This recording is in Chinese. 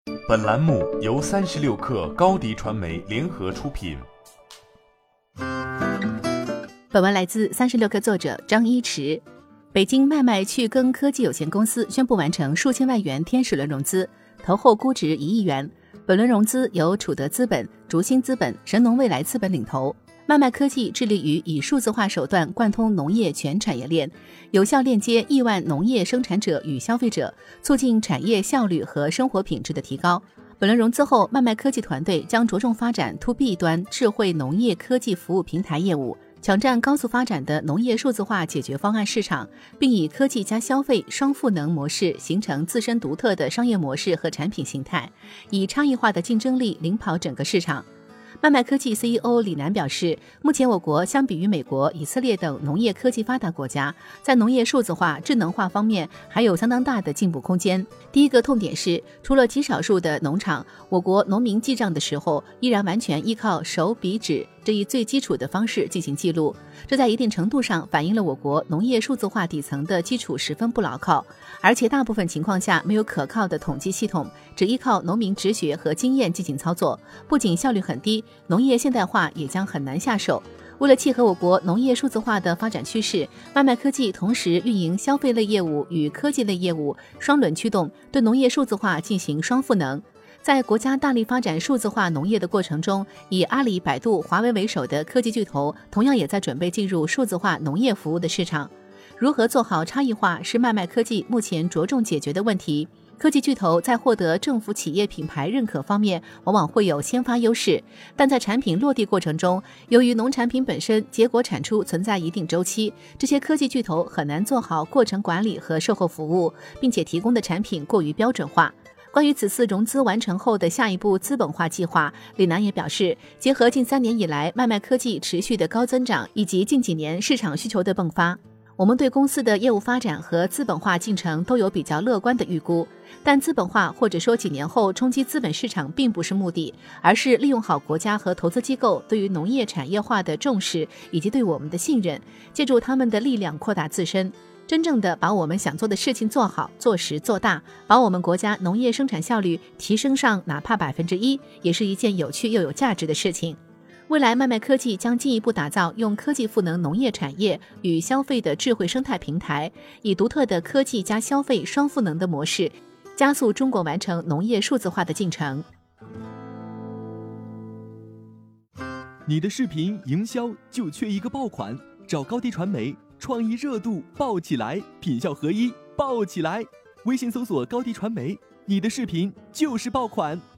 本栏目由36氪高迪传媒联合出品。 本文来自36氪作者张一驰。北京麦麦趣耕科技有限公司宣布完成数千万元天使轮融资，投后估值1亿元。本轮融资由楚德资本、竹兴资本、神农未来资本领投。麦麦科技致力于以数字化手段贯通农业全产业链，有效链接亿万农业生产者与消费者，促进产业效率和生活品质的提高。本轮融资后，麦麦科技团队将着重发展 To B 端智慧农业科技服务平台业务，抢占高速发展的农业数字化解决方案市场，并以科技加消费双赋能模式形成自身独特的商业模式和产品形态，以差异化的竞争力领跑整个市场。麦麦科技 CEO 李楠表示，目前我国相比于美国、以色列等农业科技发达国家，在农业数字化、智能化方面还有相当大的进步空间。第一个痛点是，除了极少数的农场，我国农民记账的时候依然完全依靠手笔纸这一最基础的方式进行记录，这在一定程度上反映了我国农业数字化底层的基础十分不牢靠，而且大部分情况下没有可靠的统计系统，只依靠农民直觉和经验进行操作，不仅效率很低，农业现代化也将很难下手。为了契合我国农业数字化的发展趋势，麦麦科技同时运营消费类业务与科技类业务，双轮驱动，对农业数字化进行双赋能。在国家大力发展数字化农业的过程中，以阿里、百度、华为为首的科技巨头同样也在准备进入数字化农业服务的市场。如何做好差异化是麦麦科技目前着重解决的问题。科技巨头在获得政府企业品牌认可方面往往会有先发优势，但在产品落地过程中，由于农产品本身结果产出存在一定周期，这些科技巨头很难做好过程管理和售后服务，并且提供的产品过于标准化。关于此次融资完成后的下一步资本化计划，李楠也表示，结合近3年以来麦麦科技持续的高增长，以及近几年市场需求的迸发，我们对公司的业务发展和资本化进程都有比较乐观的预估。但资本化或者说几年后冲击资本市场并不是目的，而是利用好国家和投资机构对于农业产业化的重视以及对我们的信任，借助他们的力量扩大自身，真正的把我们想做的事情做好、做实、做大，把我们国家农业生产效率提升上哪怕1%，也是一件有趣又有价值的事情。未来麦麦科技将进一步打造用科技赋能农业产业与消费的智慧生态平台，以独特的科技加消费双赋能的模式，加速中国完成农业数字化的进程。 你的视频营销就缺一个爆款，找高迪传媒，创意热度爆起来，品效合一爆起来。微信搜索高迪传媒，你的视频就是爆款。